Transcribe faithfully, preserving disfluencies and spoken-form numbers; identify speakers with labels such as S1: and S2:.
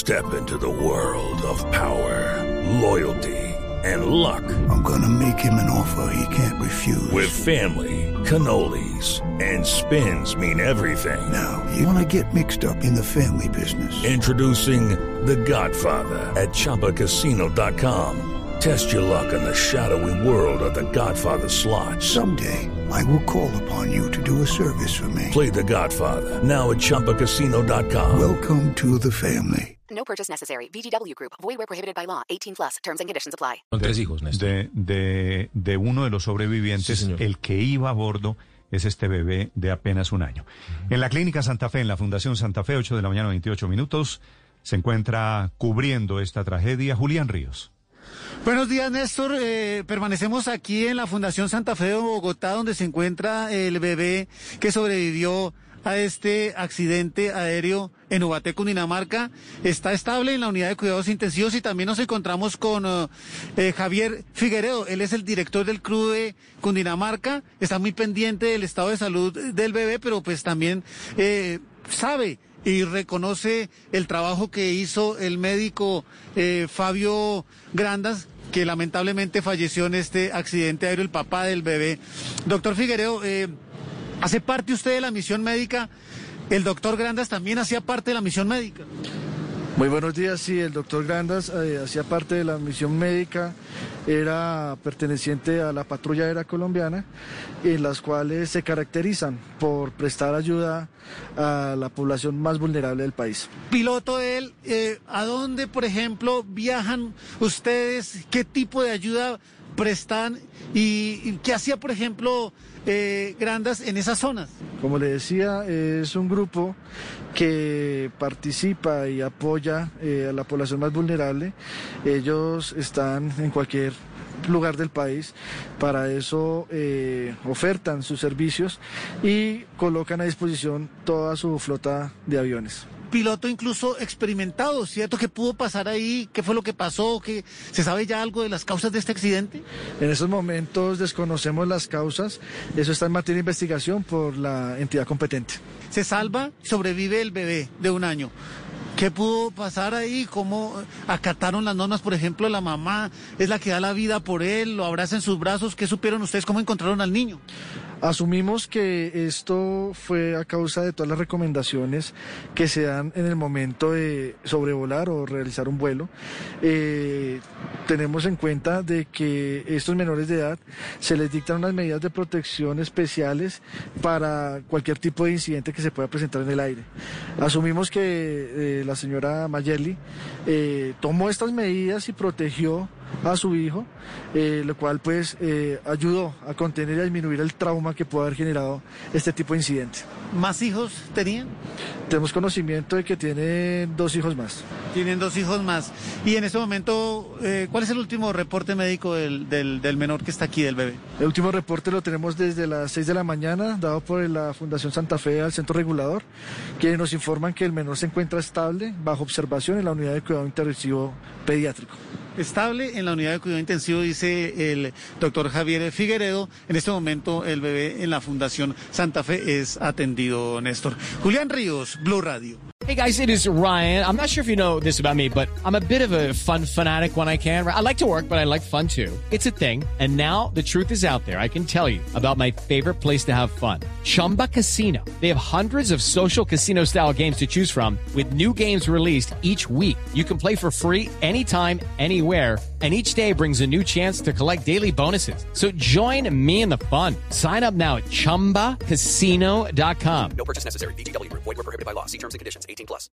S1: Step into the world of power, loyalty, and luck.
S2: I'm gonna make him an offer he can't refuse.
S1: With family, cannolis, and spins mean everything.
S2: Now, you wanna get mixed up in the family business.
S1: Introducing The Godfather at Chumba Casino dot com. Test your luck in the shadowy world of The Godfather slot.
S2: Someday, I will call upon you to do a service for me.
S1: Play The Godfather now at Chumba Casino dot com.
S2: Welcome to the family.
S3: No purchase necessary. V G W Group. Void where prohibited by law. eighteen plus. Terms and conditions apply.
S4: Son tres hijos, Néstor.
S5: De, de, de uno de los sobrevivientes,
S4: Sí, señor.
S5: el que iba a bordo es este bebé de apenas un año. En la Clínica Santa Fe, en la Fundación Santa Fe, ocho de la mañana, veintiocho minutos, se encuentra cubriendo esta tragedia Julián Ríos.
S6: Buenos días, Néstor. Eh, permanecemos aquí en la Fundación Santa Fe de Bogotá, donde se encuentra el bebé que sobrevivió a este accidente aéreo en Ubaté, Cundinamarca. Está estable en la unidad de cuidados intensivos y también nos encontramos con uh, eh, Javier Figueredo. Él es el director del C R U de Cundinamarca. Está muy pendiente del estado de salud del bebé, pero pues también eh, sabe y reconoce el trabajo que hizo el médico eh, Fabio Grandas, que lamentablemente falleció en este accidente aéreo, el papá del bebé. Doctor Figueredo, eh, ¿hace parte usted de la misión médica? ¿El doctor Grandas también hacía parte de la misión médica?
S7: Muy buenos días, sí, el doctor Grandas eh, hacía parte de la misión médica, era perteneciente a la patrulla aérea colombiana, en las cuales se caracterizan por prestar ayuda a la población más vulnerable del país.
S6: Piloto él, eh, ¿a dónde, por ejemplo, viajan ustedes? ¿Qué tipo de ayuda prestan? ¿Y, y qué hacía, por ejemplo, eh, Grandas en esas zonas?
S7: Como le decía, es un grupo que participa y apoya eh, a la población más vulnerable. Ellos están en cualquier lugar del país, para eso eh, ofertan sus servicios y colocan a disposición toda su flota de aviones.
S6: Piloto incluso experimentado, ¿cierto? ¿Qué pudo pasar ahí? ¿Qué fue lo que pasó? ¿Qué, ¿Se sabe ya algo de las causas de este accidente?
S7: En estos momentos desconocemos las causas, eso está en materia de investigación por la entidad competente.
S6: Se salva, sobrevive el bebé de un año. ¿Qué pudo pasar ahí? ¿Cómo acataron las normas? Por ejemplo, la mamá es la que da la vida por él, lo abraza en sus brazos. ¿Qué supieron ustedes? ¿Cómo encontraron al niño?
S7: Asumimos que esto fue a causa de todas las recomendaciones que se dan en el momento de sobrevolar o realizar un vuelo. Eh, tenemos en cuenta de que estos menores de edad se les dictan unas medidas de protección especiales para cualquier tipo de incidente que se pueda presentar en el aire. Asumimos que eh, la señora Mayerly eh, tomó estas medidas y protegió a su hijo, eh, lo cual pues eh, ayudó a contener y a disminuir el trauma que puede haber generado este tipo de incidente.
S6: ¿Más hijos tenían?
S7: Tenemos conocimiento de que tienen dos hijos más.
S6: Tienen dos hijos más. Y en este momento, eh, ¿cuál es el último reporte médico del, del, del menor que está aquí, del bebé?
S7: El último reporte lo tenemos desde las seis de la mañana, dado por la Fundación Santa Fe al Centro Regulador, quienes nos informan que el menor se encuentra estable, bajo observación en la unidad de cuidado intensivo pediátrico.
S6: Estable en la unidad de cuidado intensivo, dice el doctor Javier Figueredo. En este momento el bebé en la Fundación Santa Fe es atendido, Néstor. Julián Ríos, Blue Radio.
S8: Hey guys, it is Ryan. I'm not sure if you know this about me, but I'm a bit of a fun fanatic when I can. I like to work, but I like fun too. It's a thing. And now the truth is out there. I can tell you about my favorite place to have fun. Chumba Casino. They have hundreds of social casino style games to choose from with new games released each week. You can play for free anytime, anywhere. And each day brings a new chance to collect daily bonuses. So join me in the fun. Sign up now at Chumba Casino dot com.
S3: No purchase necessary. V G W Group. Void where prohibited by law. See terms and conditions. eighteen plus.